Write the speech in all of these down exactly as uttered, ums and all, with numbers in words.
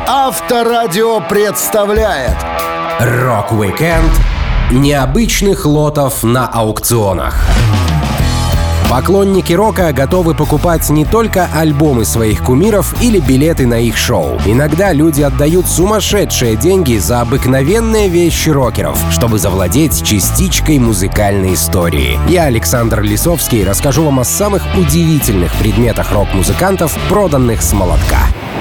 Авторадио представляет Рок-викенд необычных лотов на аукционах. Поклонники рока готовы покупать не только альбомы своих кумиров или билеты на их шоу. Иногда люди отдают сумасшедшие деньги за обыкновенные вещи рокеров, чтобы завладеть частичкой музыкальной истории. Я, Александр Лисовский, расскажу вам о самых удивительных предметах рок-музыкантов, проданных с молотка.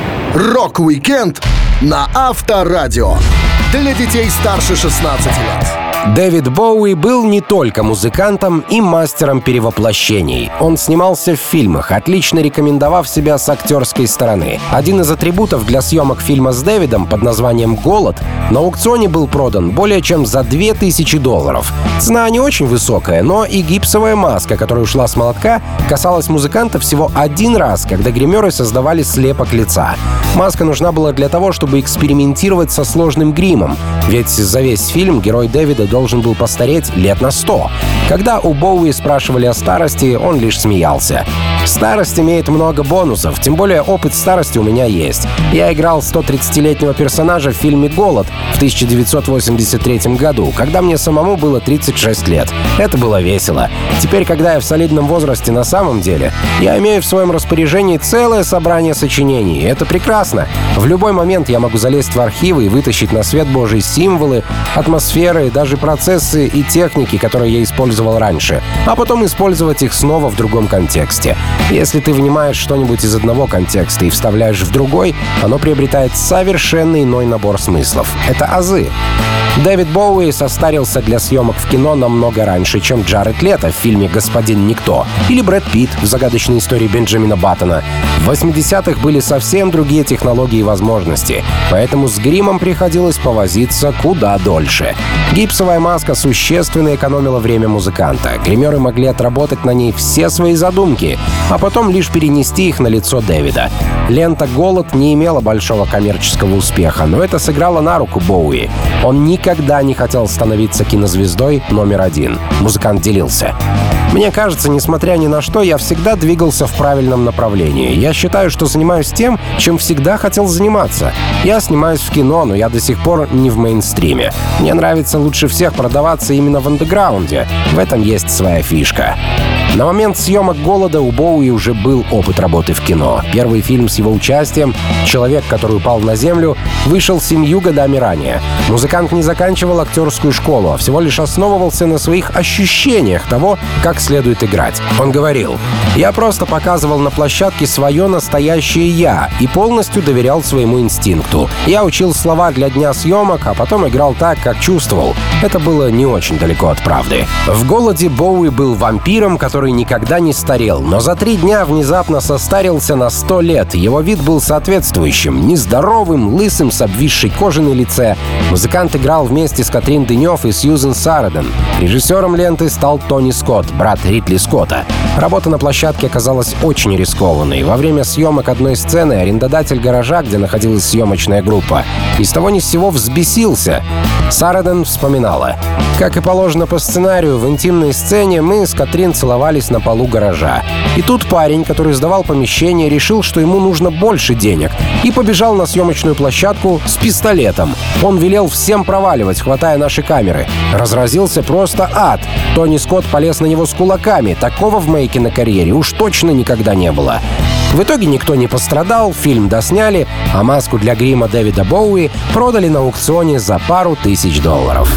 Рок-викенд на Авторадио. Для детей старше шестнадцати лет. Дэвид Боуи был не только музыкантом и мастером перевоплощений. Он снимался в фильмах, отлично рекомендовав себя с актерской стороны. Один из атрибутов для съемок фильма с Дэвидом под названием «Голод» на аукционе был продан более чем за две тысячи долларов. Цена не очень высокая, но и гипсовая маска, которая ушла с молотка, касалась музыканта всего один раз, когда гримеры создавали слепок лица. Маска нужна была для того, чтобы экспериментировать со сложным гримом, ведь за весь фильм герой Дэвида должен был постареть лет на сто. Когда у Боуи спрашивали о старости, он лишь смеялся. Старость имеет много бонусов, тем более опыт старости у меня есть. Я играл сто тридцатилетнего персонажа в фильме «Голод» в тысяча девятьсот восемьдесят третьем году, когда мне самому было тридцать шесть лет. Это было весело. Теперь, когда я в солидном возрасте на самом деле, я имею в своем распоряжении целое собрание сочинений. Это прекрасно. В любой момент я могу залезть в архивы и вытащить на свет Божий символы, атмосферы, даже процессы и техники, которые я использовал раньше, а потом использовать их снова в другом контексте. Если ты вынимаешь что-нибудь из одного контекста и вставляешь в другой, оно приобретает совершенно иной набор смыслов. Это азы. Дэвид Боуи состарился для съемок в кино намного раньше, чем Джаред Лето в фильме «Господин Никто» или Брэд Питт в «Загадочной истории Бенджамина Баттона». В восьмидесятых были совсем другие технологии и возможности, поэтому с гримом приходилось повозиться куда дольше. Гипсовая маска существенно экономила время музыканта. Гримеры могли отработать на ней все свои задумки, а потом лишь перенести их на лицо Дэвида. Лента «Голод» не имела большого коммерческого успеха, но это сыграло на руку Боуи. Он никогда не хотел становиться кинозвездой номер один. Музыкант делился. Мне кажется, несмотря ни на что, я всегда двигался в правильном направлении. Я считаю, что занимаюсь тем, чем всегда хотел заниматься. Я снимаюсь в кино, но я до сих пор не в мейнстриме. Мне нравится лучше всех продаваться именно в андеграунде. В этом есть своя фишка. На момент съемок «Голода» у Боуи уже был опыт работы в кино. Первый фильм с его участием «Человек, который упал на землю» вышел семью годами ранее. Музыкант не заканчивал актерскую школу, а всего лишь основывался на своих ощущениях того, как следует играть. Он говорил: «Я просто показывал на площадке свое настоящее «я» и полностью доверял своему инстинкту. Я учил слова для дня съемок, а потом играл так, как чувствовал». Это было не очень далеко от правды. В «Голоде» Боуи был вампиром, который который никогда не старел, но за три дня внезапно состарился на сто лет. Его вид был соответствующим, нездоровым, лысым, с обвисшей кожей на лице. Музыкант играл вместе с Катрин Денев и Сьюзен Сарандон. Режиссером ленты стал Тони Скотт, брат Ридли Скотта. Работа на площадке оказалась очень рискованной. Во время съемок одной сцены арендодатель гаража, где находилась съемочная группа, ни с того ни с сего взбесился. Сарандон вспоминала: «Как и положено по сценарию, в интимной сцене мы с Катрин целовались на полу гаража. И тут парень, который сдавал помещение, решил, что ему нужно больше денег, и побежал на съемочную площадку с пистолетом. Он велел всем проваливать, хватая наши камеры. Разразился просто ад. Тони Скотт полез на него с кулаками. Такого в моей кинокарьере уж точно никогда не было». В итоге никто не пострадал, фильм досняли, а маску для грима Дэвида Боуи продали на аукционе за пару тысяч долларов.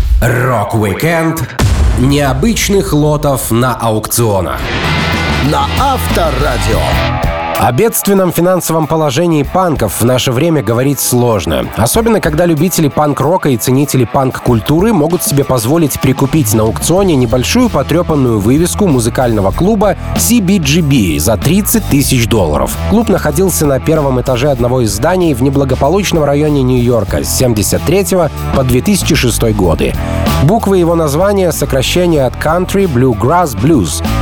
Рок-викенд необычных лотов на аукционах. На Авторадио. О бедственном финансовом положении панков в наше время говорить сложно. Особенно, когда любители панк-рока и ценители панк-культуры могут себе позволить прикупить на аукционе небольшую потрепанную вывеску музыкального клуба си би джи би за тридцать тысяч долларов. Клуб находился на первом этаже одного из зданий в неблагополучном районе Нью-Йорка с семьдесят третьего по две тысячи шестой годы. Буквы его названия — сокращение от Country Bluegrass Blues,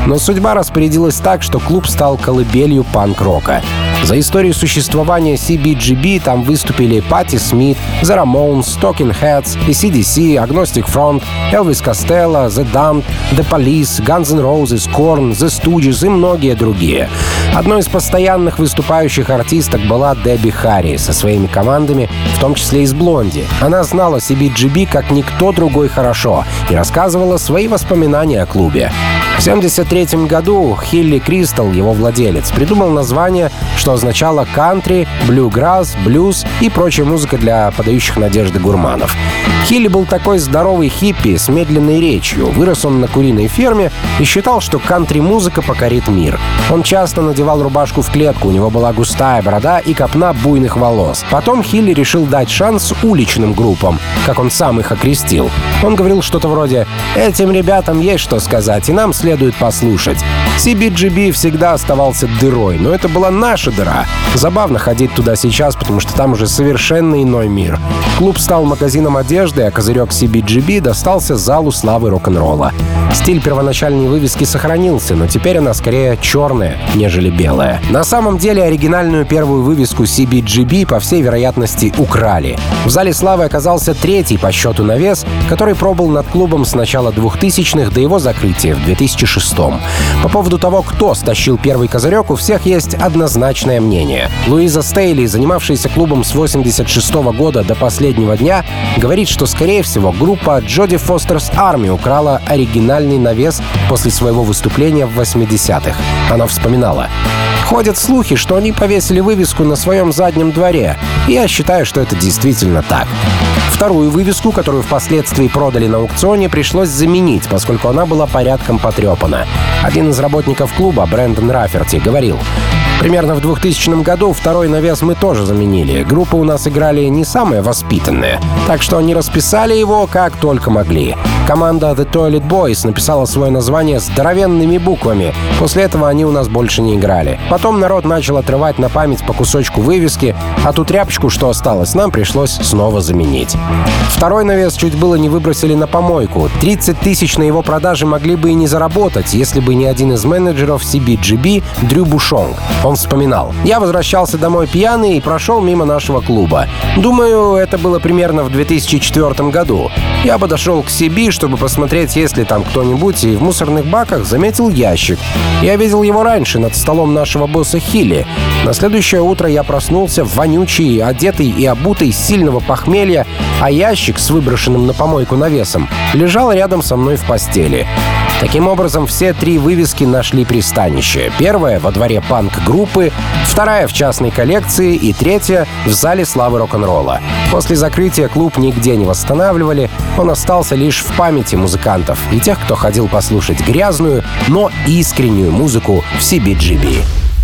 Но судьба распорядилась так, что клуб стал колыбелью панк-рока. За историю существования си би джи би там выступили Патти Смит, The Ramones, Talking Heads, эй си ди си, Agnostic Front, Elvis Costello, The Damned, The Police, Guns N' Roses, Korn, The Stooges и многие другие. Одной из постоянных выступающих артисток была Дебби Харри со своими командами, в том числе из Блонди. Она знала си би джи би как никто другой хорошо и рассказывала свои воспоминания о клубе. В семьдесят третьем году Хилли Кристал, его владелец, придумал название, что означало кантри, блюграсс, блюз и прочая музыка для подающих надежды гурманов. Хилли был такой здоровый хиппи с медленной речью. Вырос он на куриной ферме и считал, что кантри-музыка покорит мир. Он часто надевал рубашку в клетку, у него была густая борода и копна буйных волос. Потом Хилли решил дать шанс уличным группам, как он сам их окрестил. Он говорил что-то вроде «Этим ребятам есть что сказать, и нам следует послушать». си би джи би всегда оставался дырой, но это была наша дыра. Забавно ходить туда сейчас, потому что там уже совершенно иной мир. Клуб стал магазином одежды, а козырек си би джи би достался залу славы рок-н-ролла. Стиль первоначальной вывески сохранился, но теперь она скорее черная, нежели белая. На самом деле оригинальную первую вывеску си би джи би, по всей вероятности, украли. В зале славы оказался третий по счету навес, который пробыл над клубом с начала двухтысячных до его закрытия в две тысячи шестом. По поводу того, кто стащил первый козырек, у всех есть однозначное мнение. Луиза Стейли, занимавшаяся клубом с восемьдесят шестого года до последнего дня, говорит, что, скорее всего, группа Джоди Фостерс Арми украла оригинальный навес после своего выступления в восьмидесятых. Она вспоминала: «Ходят слухи, что они повесили вывеску на своем заднем дворе, и я считаю, что это действительно так». Вторую вывеску, которую впоследствии продали на аукционе, пришлось заменить, поскольку она была порядком потрепана. Один из работников клуба, Брэндон Раферти, говорил: «Примерно в двухтысячном году второй навес мы тоже заменили. Группы у нас играли не самые воспитанные, так что они расписали его как только могли. Команда The Toilet Boys написала свое название здоровенными буквами. После этого они у нас больше не играли. Потом народ начал отрывать на память по кусочку вывески, а ту тряпочку, что осталось, нам пришлось снова заменить». Второй навес чуть было не выбросили на помойку. тридцать тысяч на его продаже могли бы и не заработать, если бы не один из менеджеров си би джи би, Дрю Бушонг. Он вспоминал: «Я возвращался домой пьяный и прошел мимо нашего клуба. Думаю, это было примерно в две тысячи четвёртом году. Я подошел к си би, чтобы посмотреть, есть ли там кто-нибудь, и в мусорных баках заметил ящик. Я видел его раньше над столом нашего босса Хилли. На следующее утро я проснулся вонючий, одетый и обутый с сильного похмелья, а ящик с выброшенным на помойку навесом лежал рядом со мной в постели». Таким образом, все три вывески нашли пристанище. Первая — во дворе панк-группы, вторая — в частной коллекции и третья — в зале славы рок-н-ролла. После закрытия клуб нигде не восстанавливали, он остался лишь в памяти музыкантов и тех, кто ходил послушать грязную, но искреннюю музыку в си би джи би.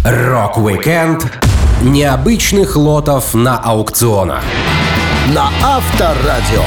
Рок-уикенд необычных лотов на аукционах. На Авторадио.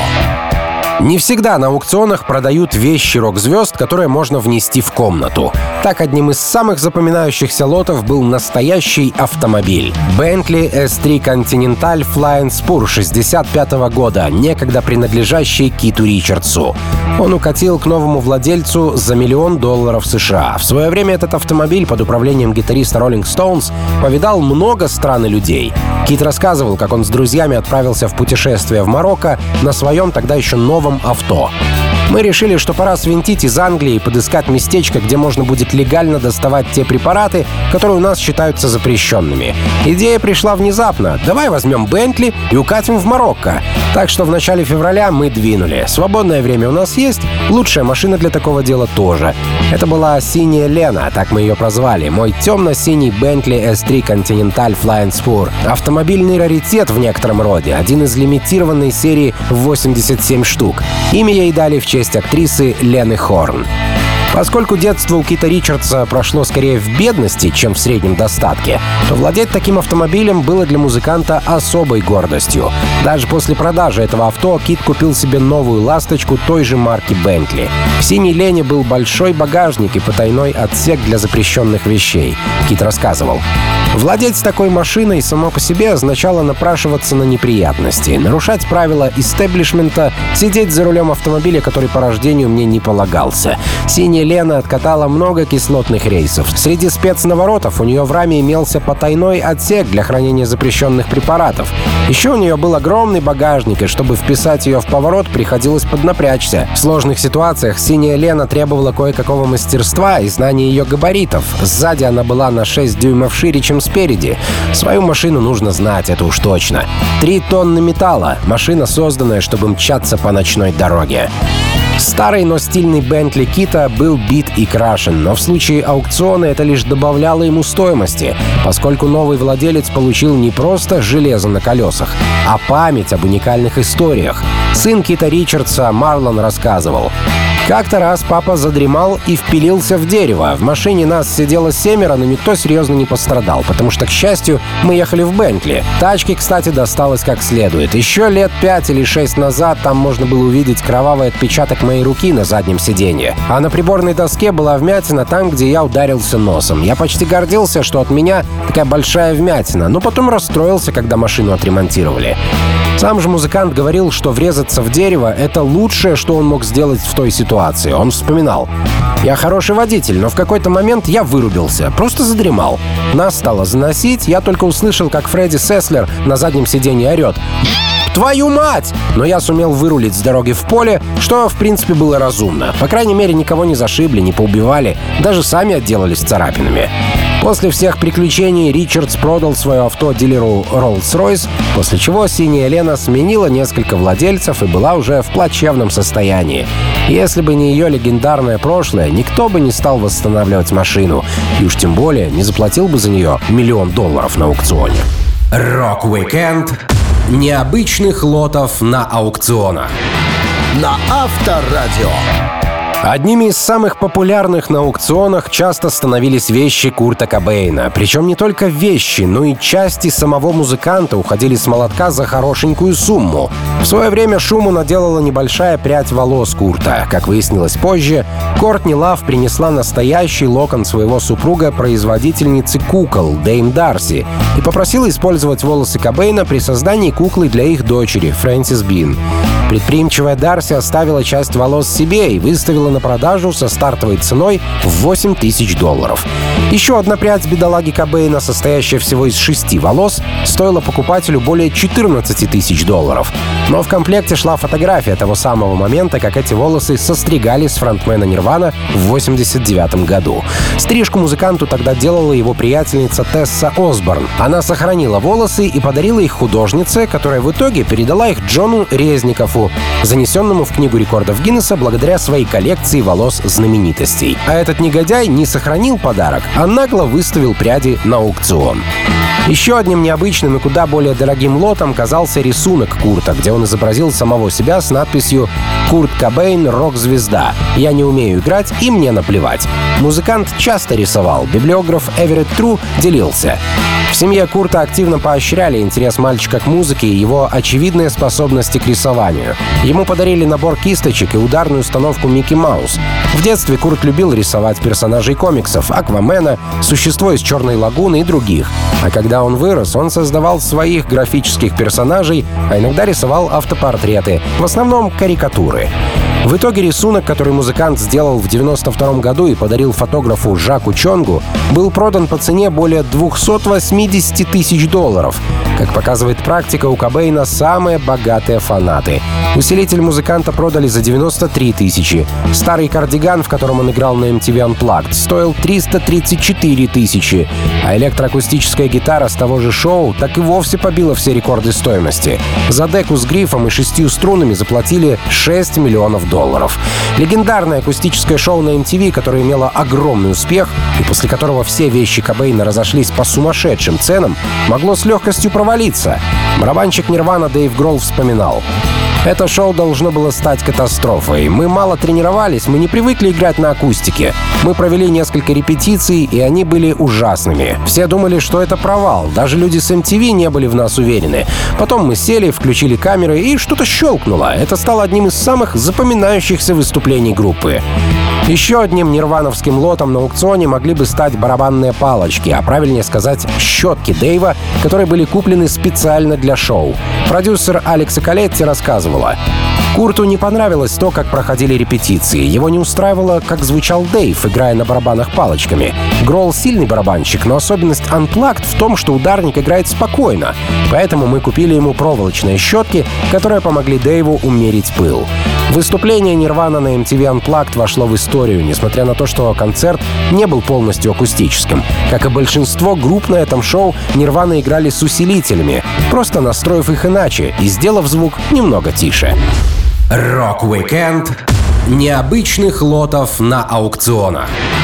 Не всегда на аукционах продают вещи рок-звезд, которые можно внести в комнату. Так, одним из самых запоминающихся лотов был настоящий автомобиль. Bentley эс три Continental Flying Spur шестьдесят пятого года, некогда принадлежащий Киту Ричардсу. Он укатил к новому владельцу за миллион долларов США. В свое время этот автомобиль под управлением гитариста Rolling Stones повидал много стран и людей. Кит рассказывал, как он с друзьями отправился в путешествие в Марокко на своем тогда еще новом авто. Мы решили, что пора свинтить из Англии и подыскать местечко, где можно будет легально доставать те препараты, которые у нас считаются запрещенными. Идея пришла внезапно. Давай возьмем Бентли и укатим в Марокко. Так что в начале февраля мы двинули. Свободное время у нас есть, лучшая машина для такого дела тоже. Это была синяя Лена, так мы ее прозвали. Мой темно-синий Bentley эс три Continental Flying Spur. Автомобильный раритет в некотором роде, один из лимитированной серии в восемьдесят семь штук. Имя ей дали в честь актрисы Лены Хорн. Поскольку детство у Кита Ричардса прошло скорее в бедности, чем в среднем достатке, то владеть таким автомобилем было для музыканта особой гордостью. Даже после продажи этого авто Кит купил себе новую ласточку той же марки Bentley. В синей Лене был большой багажник и потайной отсек для запрещенных вещей. Кит рассказывал: Владеть такой машиной само по себе означало напрашиваться на неприятности, нарушать правила истеблишмента, сидеть за рулем автомобиля, который по рождению мне не полагался. Синяя Лена откатала много кислотных рейсов. Среди спецнаворотов у нее в раме имелся потайной отсек для хранения запрещенных препаратов. Еще у нее был огромный багажник, и чтобы вписать ее в поворот, приходилось поднапрячься. В сложных ситуациях Синяя Лена требовала кое-какого мастерства и знания ее габаритов. Сзади она была на шесть дюймов шире, чем спереди. Свою машину нужно знать, это уж точно. Три тонны металла. Машина, созданная, чтобы мчаться по ночной дороге. Старый, но стильный Бентли Кита был бит и крашен, но в случае аукциона это лишь добавляло ему стоимости, поскольку новый владелец получил не просто железо на колесах, а память об уникальных историях. Сын Кита Ричардса Марлон рассказывал: «Как-то раз папа задремал и впилился в дерево. В машине нас сидело семеро, но никто серьезно не пострадал, потому что, к счастью, мы ехали в Бентли. Тачке, кстати, досталось как следует. Еще лет пять или шесть назад там можно было увидеть кровавый отпечаток моей руки на заднем сиденье. А на приборной доске была вмятина там, где я ударился носом. Я почти гордился, что от меня такая большая вмятина, но потом расстроился, когда машину отремонтировали». Сам же музыкант говорил, что врезаться в дерево — это лучшее, что он мог сделать в той ситуации. Он вспоминал: «Я хороший водитель, но в какой-то момент я вырубился, просто задремал. Нас стало заносить, я только услышал, как Фредди Сеслер на заднем сиденье орет: «Твою мать!» Но я сумел вырулить с дороги в поле, что, в принципе, было разумно. По крайней мере, никого не зашибли, не поубивали, даже сами отделались царапинами». После всех приключений Ричардс продал свое авто дилеру Rolls-Royce, после чего Синяя Лена сменила несколько владельцев и была уже в плачевном состоянии. Если бы не ее легендарное прошлое, никто бы не стал восстанавливать машину, и уж тем более не заплатил бы за нее миллион долларов на аукционе. Рок-викенд необычных лотов на аукционах. На Авторадио. Одними из самых популярных на аукционах часто становились вещи Курта Кобейна. Причем не только вещи, но и части самого музыканта уходили с молотка за хорошенькую сумму. В свое время шуму наделала небольшая прядь волос Курта. Как выяснилось позже, Кортни Лав принесла настоящий локон своего супруга производительницы кукол Дейм Дарси и попросила использовать волосы Кобейна при создании куклы для их дочери Фрэнсис Бин. Предприимчивая Дарси оставила часть волос себе и выставила на продажу со стартовой ценой в восемь тысяч долларов. Еще одна прядь бедолаги Кобейна, состоящая всего из шести волос, стоила покупателю более четырнадцати тысяч долларов. Но в комплекте шла фотография того самого момента, как эти волосы состригали с фронтмена Нирвана в восемьдесят девятом году. Стрижку музыканту тогда делала его приятельница Тесса Осборн. Она сохранила волосы и подарила их художнице, которая в итоге передала их Джону Резникову, занесенному в Книгу рекордов Гиннесса благодаря своей коллекции волос знаменитостей. А этот негодяй не сохранил подарок, а нагло выставил пряди на аукцион. Еще одним необычным и куда более дорогим лотом казался рисунок Курта, где он изобразил самого себя с надписью «Курт Кобейн, рок-звезда. Я не умею играть, и мне наплевать». Музыкант часто рисовал. Библиограф Эверетт Тру делился: «В семье Курта активно поощряли интерес мальчика к музыке и его очевидные способности к рисованию. Ему подарили набор кисточек и ударную установку Микки Маус. В детстве Курт любил рисовать персонажей комиксов — Аквамена, Существо из Черной лагуны и других. А когда он вырос, он создавал своих графических персонажей, а иногда рисовал автопортреты, в основном карикатуры». В итоге рисунок, который музыкант сделал в девяносто втором году и подарил фотографу Жаку Чонгу, был продан по цене более двухсот восьмидесяти тысяч долларов. Как показывает практика, у Кобейна самые богатые фанаты. Усилитель музыканта продали за девяносто три тысячи. Старый кардиган, в котором он играл на эм ти ви Unplugged, стоил триста тридцать четыре тысячи. А электроакустическая гитара с того же шоу так и вовсе побила все рекорды стоимости. За деку с грифом и шестью струнами заплатили шесть миллионов долларов. Легендарное акустическое шоу на эм ти ви, которое имело огромный успех и после которого все вещи Кобейна разошлись по сумасшедшим ценам, могло с легкостью провалиться. Барабанщик Нирвана Дэйв Гролл вспоминал: «Это шоу должно было стать катастрофой. Мы мало тренировались, мы не привыкли играть на акустике. Мы провели несколько репетиций, и они были ужасными. Все думали, что это провал. Даже люди с эм ти ви не были в нас уверены. Потом мы сели, включили камеры, и что-то щелкнуло. Это стало одним из самых запоминающихся выступлений группы». Еще одним нирвановским лотом на аукционе могли бы стать барабанные палочки, а правильнее сказать щетки Дэйва, которые были куплены специально для шоу. Продюсер Алекса Колетти рассказывала: Курту не понравилось то, как проходили репетиции. Его не устраивало, как звучал Дэйв, играя на барабанах палочками. Гролл — сильный барабанщик, но особенность Unplugged в том, что ударник играет спокойно. Поэтому мы купили ему проволочные щетки, которые помогли Дэйву умерить пыл. Выступление Нирвана на эм ти ви Unplugged вошло в историю, несмотря на то, что концерт не был полностью акустическим. Как и большинство групп на этом шоу, Нирвана играли с усилителями, просто настроив их иначе и сделав звук немного тише. Рок-уикенд необычных лотов на аукционах.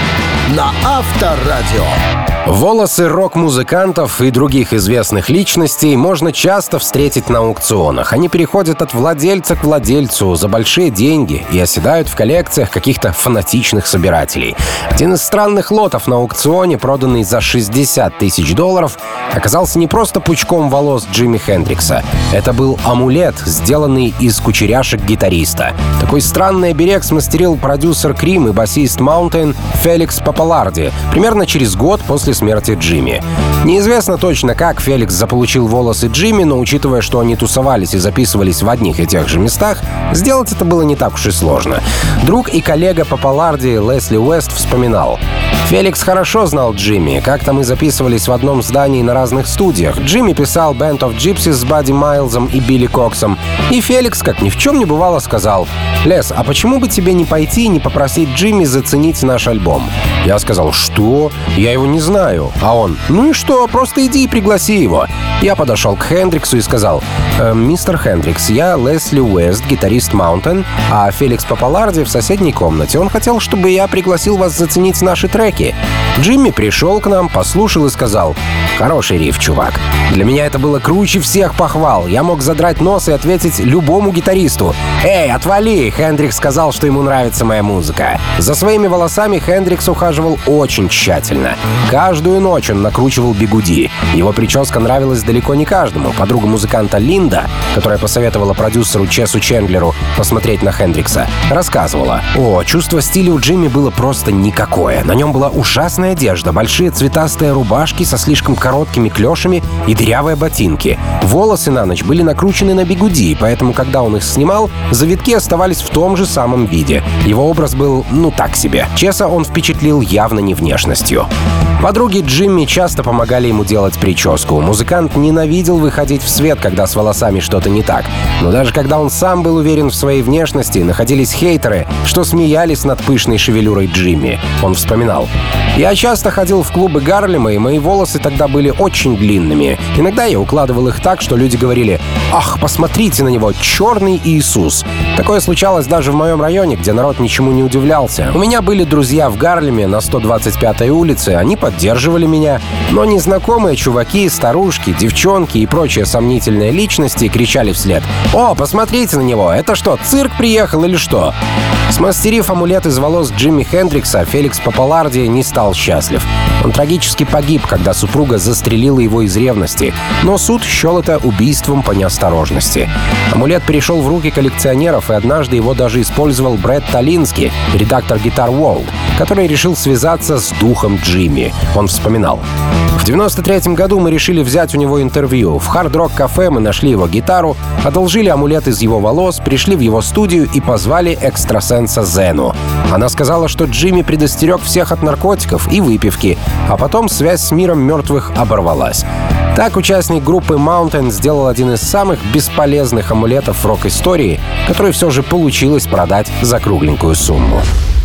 На Авторадио. Волосы рок-музыкантов и других известных личностей можно часто встретить на аукционах. Они переходят от владельца к владельцу за большие деньги и оседают в коллекциях каких-то фанатичных собирателей. Один из странных лотов на аукционе, проданный за шестьдесят тысяч долларов, оказался не просто пучком волос Джимми Хендрикса. Это был амулет, сделанный из кучеряшек гитариста. Такой странный оберег смастерил продюсер Крим и басист Mountain Феликс Папаларди примерно через год после смерти Джимми. Неизвестно точно, как Феликс заполучил волосы Джимми, но учитывая, что они тусовались и записывались в одних и тех же местах, сделать это было не так уж и сложно. Друг и коллега Папаларди Лесли Уэст вспоминал: «Феликс хорошо знал Джимми. Как-то мы записывались в одном здании на разных студиях. Джимми писал Band of Gypsies с Бадди Майлзом и Билли Коксом. И Феликс, как ни в чем не бывало, сказал: «Лес, а почему бы тебе не пойти и не попросить Джимми заценить наш альбом?» Я сказал: «Что? Я его не знаю». А он: «Ну и что? Просто иди и пригласи его». Я подошел к Хендриксу и сказал: «Э, «Мистер Хендрикс, я Лесли Уэст, гитарист Mountain, а Феликс Папаларди в соседней комнате. Он хотел, чтобы я пригласил вас заценить наши треки». Джимми пришел к нам, послушал и сказал: «Хороший риф, чувак». Для меня это было круче всех похвал. Я мог задрать нос и ответить любому гитаристу: «Эй, отвали!» Хендрикс сказал, что ему нравится моя музыка. За своими волосами Хендрикс ухаживал очень тщательно. Каждую ночь он накручивал бигуди. Его прическа нравилась далеко не каждому. Подруга музыканта Линда, которая посоветовала продюсеру Чесу Чендлеру посмотреть на Хендрикса, рассказывала: «О, чувство стиля у Джимми было просто никакое. На нем была ужасная одежда, большие цветастые рубашки со слишком короткими клешами и дырявые ботинки. Волосы на ночь были накручены на бигуди, поэтому, когда он их снимал, завитки оставались в том же самом виде. Его образ был, ну, так себе. Чеса он впечатлил явно не внешностью». Подруги Джимми часто помогали ему делать прическу. Музыкант ненавидел выходить в свет, когда с волосами что-то не так. Но даже когда он сам был уверен в своей внешности, находились хейтеры, что смеялись над пышной шевелюрой Джимми. Он вспоминал: «Я часто ходил в клубы Гарлема, и мои волосы тогда были очень длинными. Иногда я укладывал их так, что люди говорили: «Ах, посмотрите на него, черный Иисус». Такое случалось даже в моем районе, где народ ничему не удивлялся. У меня были друзья в Гарлеме на сто двадцать пятой улице, они поддерживали меня. Но незнакомые чуваки, старушки, девчонки и прочие сомнительные личности кричали вслед: «О, посмотрите на него, это что, цирк приехал или что?» Смастерив амулет из волос Джимми Хендрикса, Феликс Папаларди не стал счастлив. Он трагически погиб, когда супруга застрелила его из ревности, но суд счел это убийством по неосторожности. Амулет перешел в руки коллекционеров, и однажды его даже использовал Брэд Толински, редактор Guitar World, который решил связаться с духом Джимми. Он вспоминал: «В девяносто третьем году мы решили взять у него интервью. В хард-рок-кафе мы нашли его гитару, одолжили амулет из его волос, пришли в его студию и позвали экстрасенса Зену. Она сказала, что Джимми предостерег всех от наркотиков и выпивки, а потом связь с миром мертвых оборвалась». Так участник группы Mountain сделал один из самых бесполезных амулетов в рок-истории, который все же получилось продать за кругленькую сумму.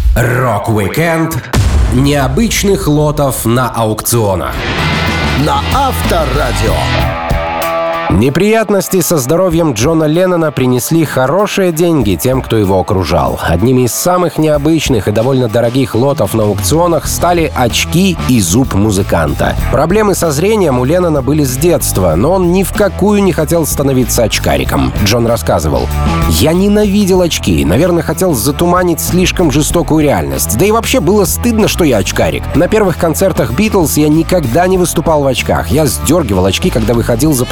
Рок-уикенд необычных лотов на аукционах. На Авторадио. Неприятности со здоровьем Джона Леннона принесли хорошие деньги тем, кто его окружал. Одними из самых необычных и довольно дорогих лотов на аукционах стали очки и зуб музыканта. Проблемы со зрением у Леннона были с детства, но он ни в какую не хотел становиться очкариком. Джон рассказывал: «Я ненавидел очки, наверное, хотел затуманить слишком жестокую реальность. Да и вообще было стыдно, что я очкарик. На первых концертах Битлз я никогда не выступал в очках. Я сдергивал очки, когда выходил за порог дома,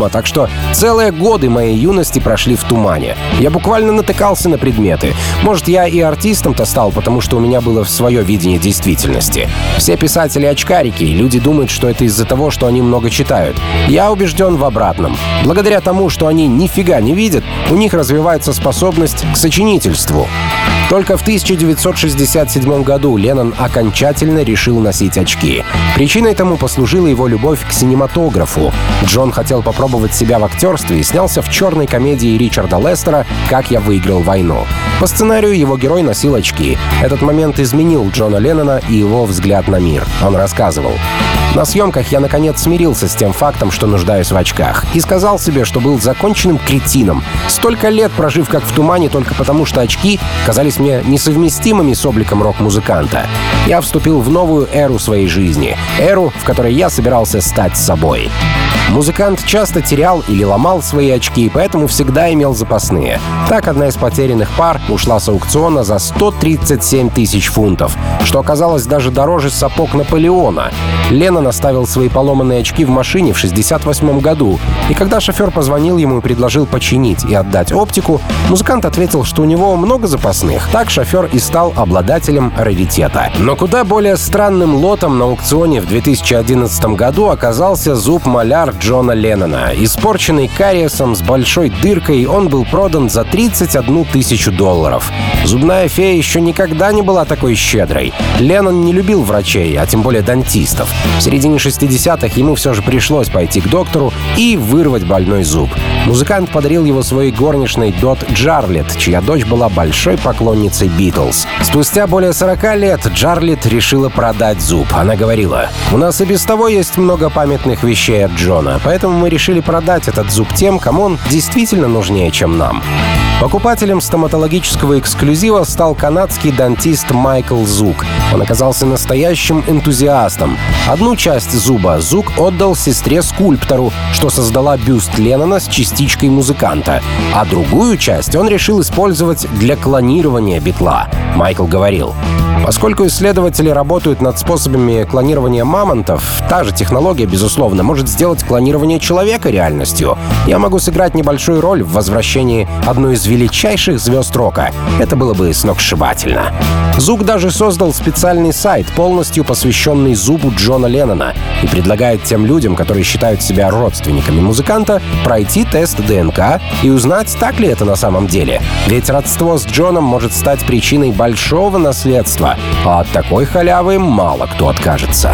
дома, так что целые годы моей юности прошли в тумане. Я буквально натыкался на предметы. Может, я и артистом-то стал, потому что у меня было свое видение действительности. Все писатели-очкарики, люди думают, что это из-за того, что они много читают. Я убежден в обратном. Благодаря тому, что они нифига не видят, у них развивается способность к сочинительству. Только в тысяча девятьсот шестьдесят седьмом году Леннон окончательно решил носить очки. Причиной тому послужила его любовь к синематографу. Джон хотел попробовать себя в актерстве и снялся в черной комедии Ричарда Лестера «Как я выиграл войну». По сценарию его герой носил очки. Этот момент изменил Джона Леннона и его взгляд на мир. Он рассказывал: «На съемках я, наконец, смирился с тем фактом, что нуждаюсь в очках, и сказал себе, что был законченным кретином, столько лет прожив как в тумане только потому, что очки казались мне несовместимыми с обликом рок-музыканта. Я вступил в новую эру своей жизни, эру, в которой я собирался стать собой». Музыкант часто терял или ломал свои очки, поэтому всегда имел запасные. Так, одна из потерянных пар ушла с аукциона за сто тридцать семь тысяч фунтов, что оказалось даже дороже сапог Наполеона. Леннон оставил свои поломанные очки в машине в шестьдесят восьмом году, и когда шофер позвонил ему и предложил починить и отдать оптику, музыкант ответил, что у него много запасных. Так шофер и стал обладателем раритета. Но куда более странным лотом на аукционе в две тысячи одиннадцатом году оказался зуб-маляр Джона Леннона. Испорченный кариесом с большой дыркой, он был продан за тридцать одну тысячу долларов. Зубная фея еще никогда не была такой щедрой. Леннон не любил врачей, а тем более дантистов. В середине шестидесятых ему все же пришлось пойти к доктору и вырвать больной зуб. Музыкант подарил его своей горничной Дот Джарлетт, чья дочь была большой поклонницей Битлз. Спустя более сорока лет Джарлетт решила продать зуб. Она говорила: «У нас и без того есть много памятных вещей от Джона, поэтому мы решили продать этот зуб тем, кому он действительно нужнее, чем нам». Покупателем стоматологического эксклюзива стал канадский дантист Майкл Зук. Он оказался настоящим энтузиастом. Одну часть зуба Зук отдал сестре-скульптору, что создала бюст Леннона с частичкой музыканта, а другую часть он решил использовать для клонирования Битла. Майкл говорил: «Поскольку исследователи работают над способами клонирования мамонтов, та же технология, безусловно, может сделать клонирование человека реальностью. Я могу сыграть небольшую роль в возвращении одной из величайших звезд рока. Это было бы сногсшибательно». Зук даже создал специальный сайт, полностью посвященный зубу Джона Леннона, и предлагает тем людям, которые считают себя родственниками музыканта, пройти тест ДНК и узнать, так ли это на самом деле. Ведь родство с Джоном может стать причиной большого наследства, а от такой халявы мало кто откажется.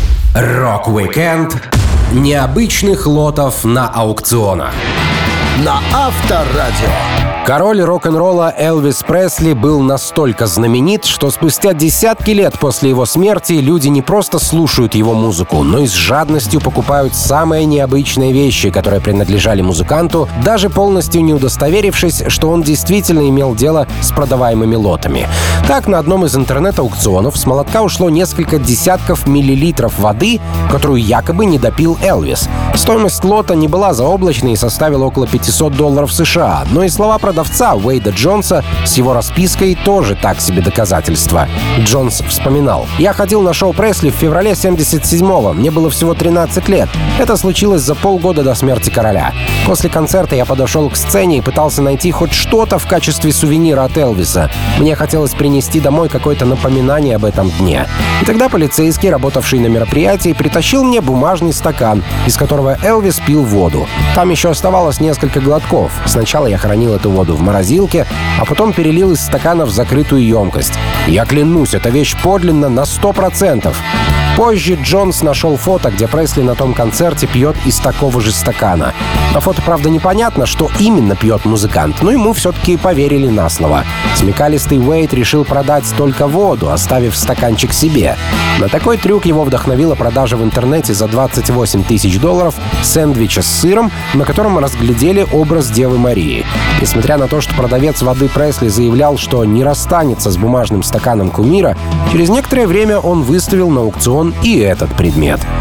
Рок-викенд необычных лотов на аукционах. На Авторадио. Король рок-н-ролла Элвис Пресли был настолько знаменит, что спустя десятки лет после его смерти люди не просто слушают его музыку, но и с жадностью покупают самые необычные вещи, которые принадлежали музыканту, даже полностью не удостоверившись, что он действительно имел дело с продаваемыми лотами. Так, на одном из интернет-аукционов с молотка ушло несколько десятков миллилитров воды, которую якобы не допил Элвис. Стоимость лота не была заоблачной и составила около пятисот долларов США, но и слова продавца Уэйда Джонса с его распиской тоже так себе доказательство. Джонс вспоминал: «Я ходил на шоу Пресли в феврале семьдесят седьмого, мне было всего тринадцать лет. Это случилось за полгода до смерти короля. После концерта я подошел к сцене и пытался найти хоть что-то в качестве сувенира от Элвиса. Мне хотелось принести домой какое-то напоминание об этом дне. И тогда полицейский, работавший на мероприятии, притащил мне бумажный стакан, из которого Элвис пил воду. Там еще оставалось несколько глотков. Сначала я хранил эту воду в морозилке, а потом перелил из стакана в закрытую емкость. Я клянусь, эта вещь подлинна на сто процентов. Позже Джонс нашел фото, где Пресли на том концерте пьет из такого же стакана. На фото, правда, непонятно, что именно пьет музыкант, но ему все-таки поверили на слово. Смекалистый Уэйд решил продать только воду, оставив стаканчик себе. На такой трюк его вдохновила продажа в интернете за двадцать восемь тысяч долларов сэндвича с сыром, на котором разглядели образ Девы Марии. Несмотря на то, что продавец воды Пресли заявлял, что не расстанется с бумажным стаканом кумира, через некоторое время он выставил на аукцион и этот предмет.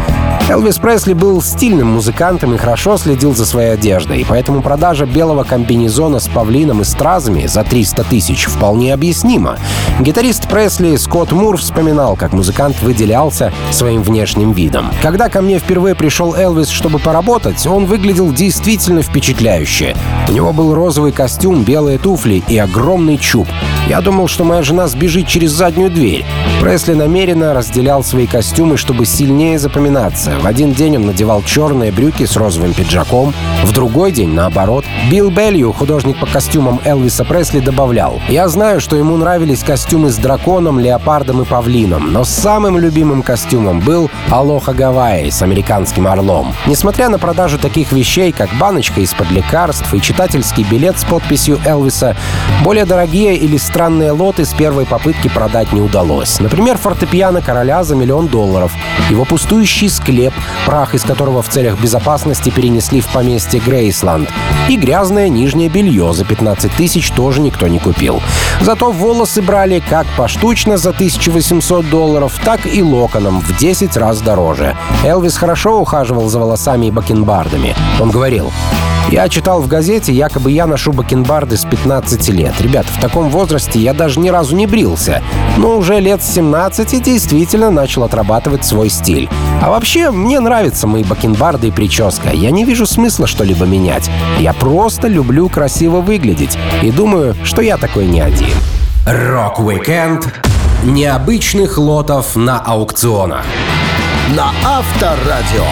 Элвис Пресли был стильным музыкантом и хорошо следил за своей одеждой, поэтому продажа белого комбинезона с павлином и стразами за триста тысяч вполне объяснима. Гитарист Пресли Скотт Мур вспоминал, как музыкант выделялся своим внешним видом. «Когда ко мне впервые пришел Элвис, чтобы поработать, он выглядел действительно впечатляюще. У него был розовый костюм, белые туфли и огромный чуб. Я думал, что моя жена сбежит через заднюю дверь». Пресли намеренно разделял свои костюмы, чтобы сильнее запоминаться. В один день он надевал черные брюки с розовым пиджаком, в другой день наоборот. Билл Беллью, художник по костюмам Элвиса Пресли, добавлял: «Я знаю, что ему нравились костюмы с драконом, леопардом и павлином, но самым любимым костюмом был Алоха Гавайи с американским орлом». Несмотря на продажу таких вещей, как баночка из-под лекарств и читательский билет с подписью Элвиса, более дорогие или странные лоты с первой попытки продать не удалось. Например, фортепиано короля за миллион долларов, его пустующий склеп, прах из которого в целях безопасности перенесли в поместье Грейсланд, и грязное нижнее белье за пятнадцать тысяч тоже никто не купил. Зато волосы брали как поштучно за тысячу восемьсот долларов, так и локоном в десять раз дороже. Элвис хорошо ухаживал за волосами и бакенбардами. Он говорил: «Я читал в газете, якобы я ношу бакенбарды с пятнадцати лет. Ребята, в таком возрасте я даже ни разу не брился. Но уже лет с семнадцати действительно начал отрабатывать свой стиль. А вообще, мне нравятся мои бакенбарды и прическа. Я не вижу смысла что-либо менять. Я просто люблю красиво выглядеть. И думаю, что я такой не один». Рок-викенд необычных лотов на аукционах. На Авторадио.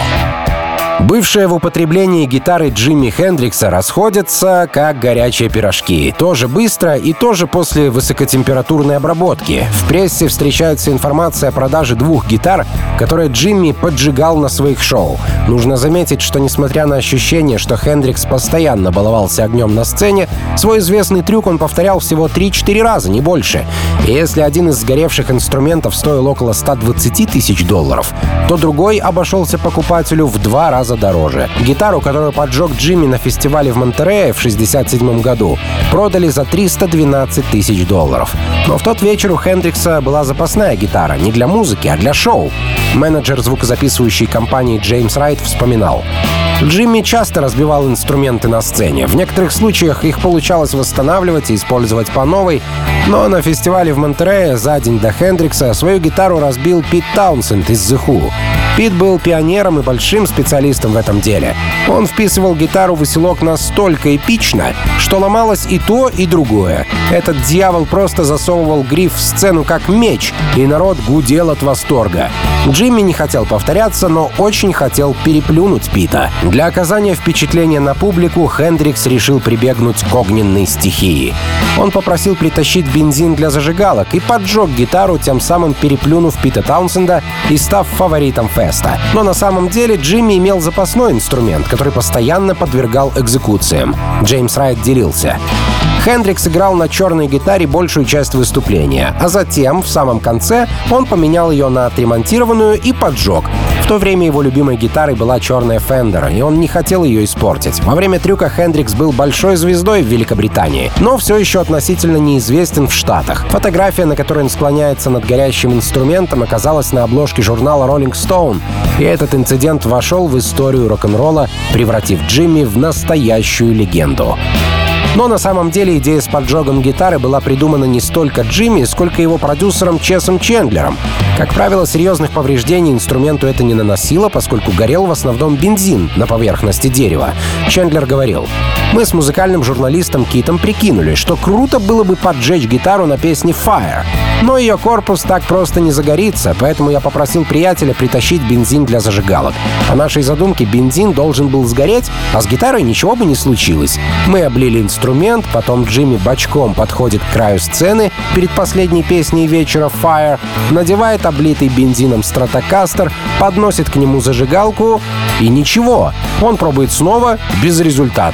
Бывшие в употреблении гитары Джимми Хендрикса расходятся, как горячие пирожки. Тоже быстро и тоже после высокотемпературной обработки. В прессе встречается информация о продаже двух гитар, которые Джимми поджигал на своих шоу. Нужно заметить, что несмотря на ощущение, что Хендрикс постоянно баловался огнем на сцене, свой известный трюк он повторял всего три-четыре раза, не больше. И если один из сгоревших инструментов стоил около ста двадцати тысяч долларов, то другой обошелся покупателю в два раза дороже. Гитару, которую поджег Джимми на фестивале в Монтерее в шестьдесят седьмом году, продали за триста двенадцать тысяч долларов. Но в тот вечер у Хендрикса была запасная гитара, не для музыки, а для шоу. Менеджер звукозаписывающей компании Джеймс Райт вспоминал: «Джимми часто разбивал инструменты на сцене. В некоторых случаях их получалось восстанавливать и использовать по новой, но на фестивале в Монтерее за день до Хендрикса свою гитару разбил Пит Таунсенд из The Who. Пит был пионером и большим специалистом в этом деле. Он вписывал гитару в усилок настолько эпично, что ломалось и то, и другое. Этот дьявол просто засовывал гриф в сцену как меч, и народ гудел от восторга». Джимми не хотел повторяться, но очень хотел переплюнуть Пита. Для оказания впечатления на публику Хендрикс решил прибегнуть к огненной стихии. Он попросил притащить бензин для зажигалок и поджег гитару, тем самым переплюнув Пита Таунсенда и став фаворитом феста. Но на самом деле Джимми имел запасной инструмент, который постоянно подвергал экзекуциям. Джеймс Райт делился: «Хендрикс играл на черной гитаре большую часть выступления, а затем, в самом конце, он поменял ее на отремонтированную и поджег. В то время его любимой гитарой была черная Fender, и он не хотел ее испортить. Во время трюка Хендрикс был большой звездой в Великобритании, но все еще относительно неизвестен в Штатах. Фотография, на которой он склоняется над горящим инструментом, оказалась на обложке журнала Rolling Stone, и этот инцидент вошел в историю рок-н-ролла, превратив Джимми в настоящую легенду». Но на самом деле идея с поджогом гитары была придумана не столько Джимми, сколько его продюсером Чесом Чендлером. Как правило, серьезных повреждений инструменту это не наносило, поскольку горел в основном бензин на поверхности дерева. Чендлер говорил: «Мы с музыкальным журналистом Китом прикинули, что круто было бы поджечь гитару на песне Fire. Но ее корпус так просто не загорится, поэтому я попросил приятеля притащить бензин для зажигалок. По нашей задумке бензин должен был сгореть, а с гитарой ничего бы не случилось. Мы облили инструмент, потом Джимми бочком подходит к краю сцены перед последней песней вечера Fire, надевает облитый бензином стратокастер, подносит к нему зажигалку, и ничего. Он пробует снова, безрезультатно.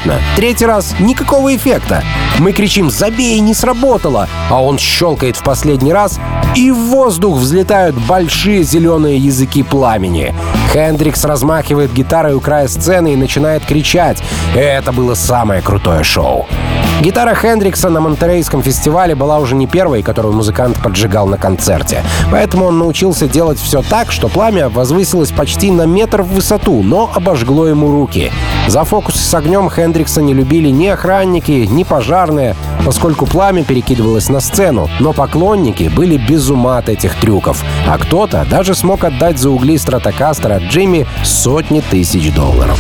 третий раз — никакого эффекта. Мы кричим «забей, не сработало!», а он щелкает в последний раз, и в воздух взлетают большие зеленые языки пламени. Хендрикс размахивает гитарой у края сцены и начинает кричать. Это было самое крутое шоу. Гитара Хендрикса на Монтерейском фестивале была уже не первой, которую музыкант поджигал на концерте. Поэтому он научился делать все так, что пламя возвысилось почти на метр в высоту, но обожгло ему руки. За фокусы с огнем Хендрикса не любили ни охранники, ни пожарные, поскольку пламя перекидывалось на сцену, но поклонники были без ума от этих трюков, а кто-то даже смог отдать за угли стратокастера Джимми сотни тысяч долларов.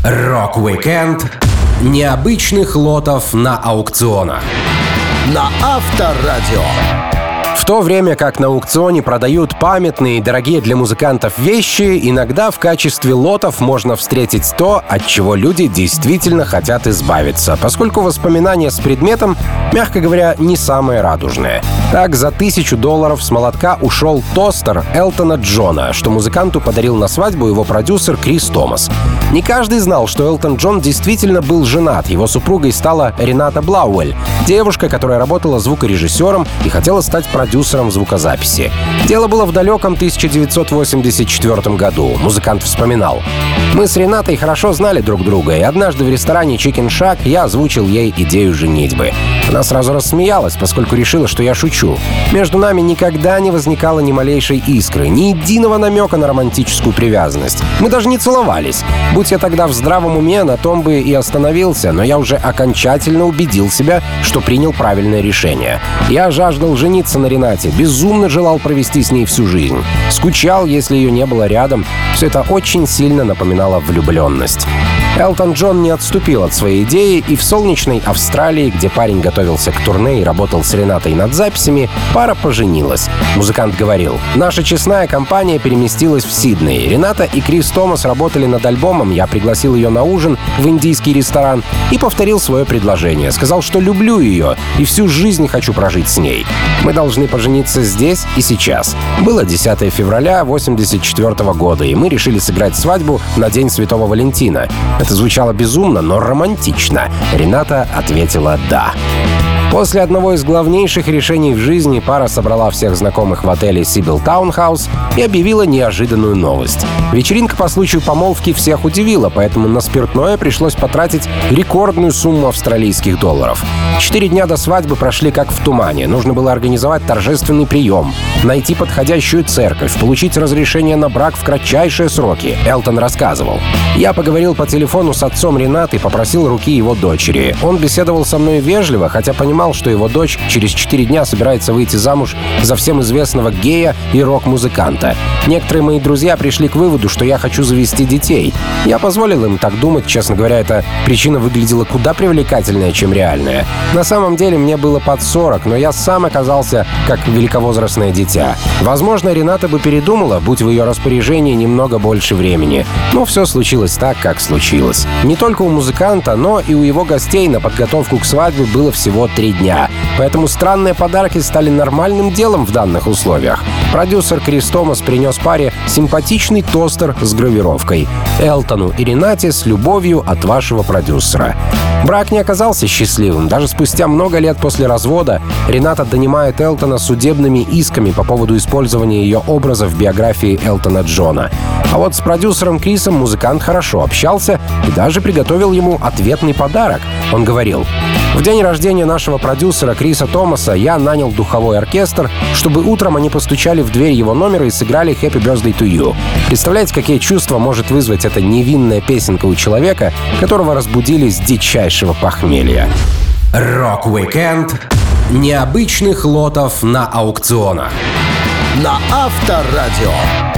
Рок-уикенд необычных лотов на аукционах. На Авторадио. В то время как на аукционе продают памятные и дорогие для музыкантов вещи, иногда в качестве лотов можно встретить то, от чего люди действительно хотят избавиться, поскольку воспоминания с предметом, мягко говоря, не самые радужные. Так, за тысячу долларов с молотка ушел тостер Элтона Джона, что музыканту подарил на свадьбу его продюсер Крис Томас. Не каждый знал, что Элтон Джон действительно был женат. Его супругой стала Рената Блауэль, девушка, которая работала звукорежиссером и хотела стать продюсером звукозаписи. Дело было в далеком тысяча девятьсот восемьдесят четвёртом году. Музыкант вспоминал. «Мы с Ренатой хорошо знали друг друга, и однажды в ресторане Chicken Shack я озвучил ей идею женитьбы. Она сразу рассмеялась, поскольку решила, что я шучу. Между нами никогда не возникало ни малейшей искры, ни единого намека на романтическую привязанность. Мы даже не целовались. Будь я тогда в здравом уме, на том бы и остановился, но я уже окончательно убедил себя, что принял правильное решение. Я жаждал жениться на Ренате, безумно желал провести с ней всю жизнь. Скучал, если ее не было рядом. Все это очень сильно напоминало влюбленность». Элтон Джон не отступил от своей идеи, и в солнечной Австралии, где парень готовился к турне и работал с Ренатой над записями, пара поженилась. Музыкант говорил: «Наша честная компания переместилась в Сидней. Рената и Крис Томас работали над альбомом, я пригласил ее на ужин в индийский ресторан и повторил свое предложение. Сказал, что люблю ее и всю жизнь хочу прожить с ней. Мы должны пожениться здесь и сейчас». Было десятого февраля восемьдесят четвёртого года, и мы решили сыграть свадьбу на День Святого Валентина. Это звучало безумно, но романтично. Рената ответила «да». После одного из главнейших решений в жизни пара собрала всех знакомых в отеле Сибил Таунхаус и объявила неожиданную новость. Вечеринка по случаю помолвки всех удивила, поэтому на спиртное пришлось потратить рекордную сумму австралийских долларов. Четыре дня до свадьбы прошли как в тумане. Нужно было организовать торжественный прием, найти подходящую церковь, получить разрешение на брак в кратчайшие сроки. Элтон рассказывал: «Я поговорил по телефону с отцом Ренаты и попросил руки его дочери. Он беседовал со мной вежливо, хотя понимал, что его дочь через четыре дня собирается выйти замуж за всем известного гея и рок-музыканта. Некоторые мои друзья пришли к выводу, что я хочу завести детей. Я позволил им так думать. Честно говоря, эта причина выглядела куда привлекательнее, чем реальная. На самом деле мне было под сорок, но я сам оказался как великовозрастное дитя. Возможно, Рената бы передумала, будь в ее распоряжении немного больше времени. Но все случилось так, как случилось. Не только у музыканта, но и у его гостей на подготовку к свадьбе было всего три дня. Поэтому странные подарки стали нормальным делом в данных условиях. Продюсер Крис Томас принес паре симпатичный тостер с гравировкой: «Элтону и Ренате с любовью от вашего продюсера». Брак не оказался счастливым. Даже спустя много лет после развода Рената донимает Элтона судебными исками по поводу использования ее образа в биографии Элтона Джона. А вот с продюсером Крисом музыкант хорошо общался и даже приготовил ему ответный подарок. Он говорил: «В день рождения нашего продюсера Криса Томаса я нанял духовой оркестр, чтобы утром они постучали в дверь его номера и сыграли «Happy Birthday to You». Представляете, какие чувства может вызвать эта невинная песенка у человека, которого разбудили с дичайшего похмелья?» Рок-уикенд необычных лотов на аукционах. На Авторадио.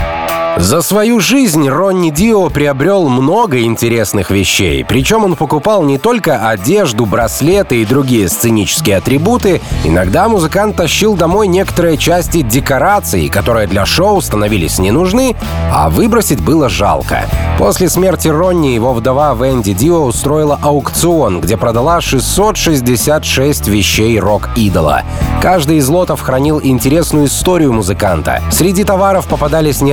За свою жизнь Ронни Дио приобрел много интересных вещей. Причем он покупал не только одежду, браслеты и другие сценические атрибуты. Иногда музыкант тащил домой некоторые части декораций, которые для шоу становились не нужны, а выбросить было жалко. После смерти Ронни его вдова Венди Дио устроила аукцион, где продала шестьсот шестьдесят шесть вещей рок-идола. Каждый из лотов хранил интересную историю музыканта. Среди товаров попадались необычные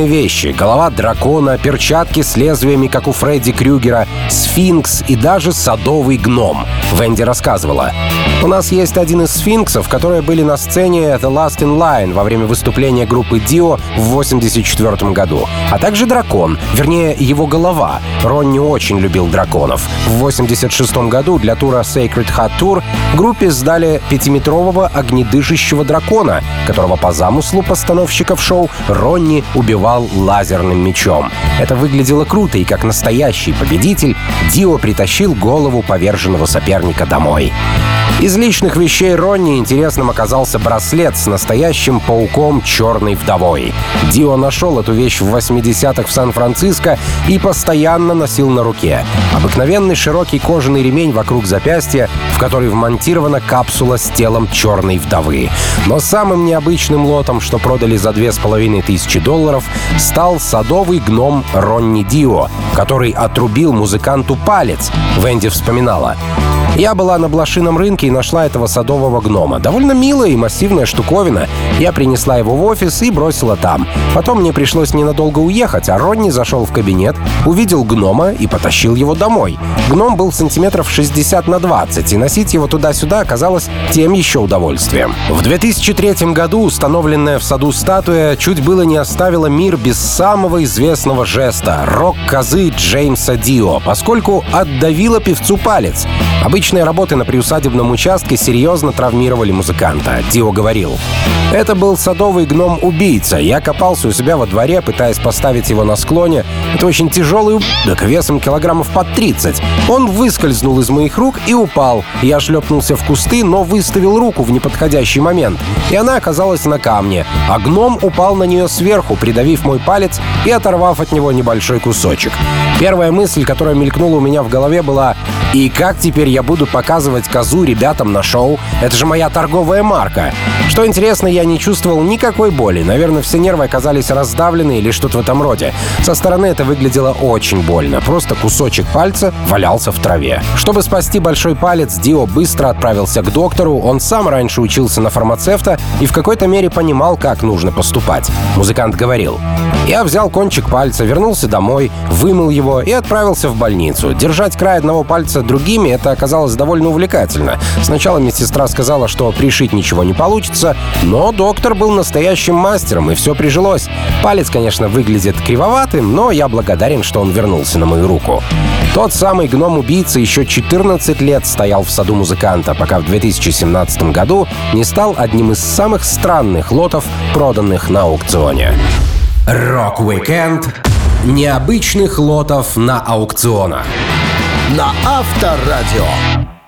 необычные вещи. Голова дракона, перчатки с лезвиями, как у Фредди Крюгера, сфинкс и даже садовый гном. Венди рассказывала: «У нас есть один из сфинксов, которые были на сцене The Last in Line во время выступления группы Dio в восемьдесят четвёртом году. А также дракон, вернее, его голова. Ронни очень любил драконов. В восемьдесят шестом году для тура Sacred Heart Tour группе сдали пятиметрового огнедышащего дракона, которого по замыслу постановщиков шоу Ронни убивал лазерным мечом. Это выглядело круто, и как настоящий победитель Дио притащил голову поверженного соперника домой». Из личных вещей Ронни интересным оказался браслет с настоящим пауком черной вдовой. Дио нашел эту вещь в восьмидесятых в Сан-Франциско и постоянно носил на руке. Обыкновенный широкий кожаный ремень вокруг запястья, в который вмонтирована капсула с телом черной вдовы. Но самым необычным лотом, что продали за две с половиной тысячи долларов, стал садовый гном Ронни Дио, который отрубил музыканту палец. Венди вспоминала: «Я была на блошином рынке и нашла этого садового гнома. Довольно милая и массивная штуковина. Я принесла его в офис и бросила там. Потом мне пришлось ненадолго уехать, а Ронни зашел в кабинет, увидел гнома и потащил его домой. Гном был сантиметров шестьдесят на двадцать, и носить его туда-сюда оказалось тем еще удовольствием». В две тысячи третьем году установленная в саду статуя чуть было не оставила мир без самого известного жеста — рок-козы Джеймса Дио, поскольку отдавила певцу палец. Обычные работы на приусадебном участке серьезно травмировали музыканта. Дио говорил: «Это был садовый гном-убийца. Я копался у себя во дворе, пытаясь поставить его на склоне. Это очень тяжелый ублюдок, весом килограммов под тридцать. Он выскользнул из моих рук и упал. Я шлепнулся в кусты, но выставил руку в неподходящий момент, и она оказалась на камне. А гном упал на нее сверху, придавив мой палец и оторвав от него небольшой кусочек. Первая мысль, которая мелькнула у меня в голове, была: и как теперь я буду показывать козу ребятам на шоу? Это же моя торговая марка». Что интересно, я не чувствовал никакой боли. Наверное, все нервы оказались раздавлены или что-то в этом роде. Со стороны это выглядело очень больно. Просто кусочек пальца валялся в траве. Чтобы спасти большой палец, Дио быстро отправился к доктору. Он сам раньше учился на фармацевта и в какой-то мере понимал, как нужно поступать. Музыкант говорил: «Я взял кончик пальца, вернулся домой, вымыл его и отправился в больницу. Держать край одного пальца другими — это оказалось довольно увлекательно. Сначала медсестра сказала, что пришить ничего не получится, но доктор был настоящим мастером, и все прижилось. Палец, конечно, выглядит кривоватым, но я благодарен, что он вернулся на мою руку». Тот самый гном-убийца еще четырнадцать лет стоял в саду музыканта, пока в две тысячи семнадцатом году не стал одним из самых странных лотов, проданных на аукционе. Рок-уикенд необычных лотов на аукционах На Авторадио.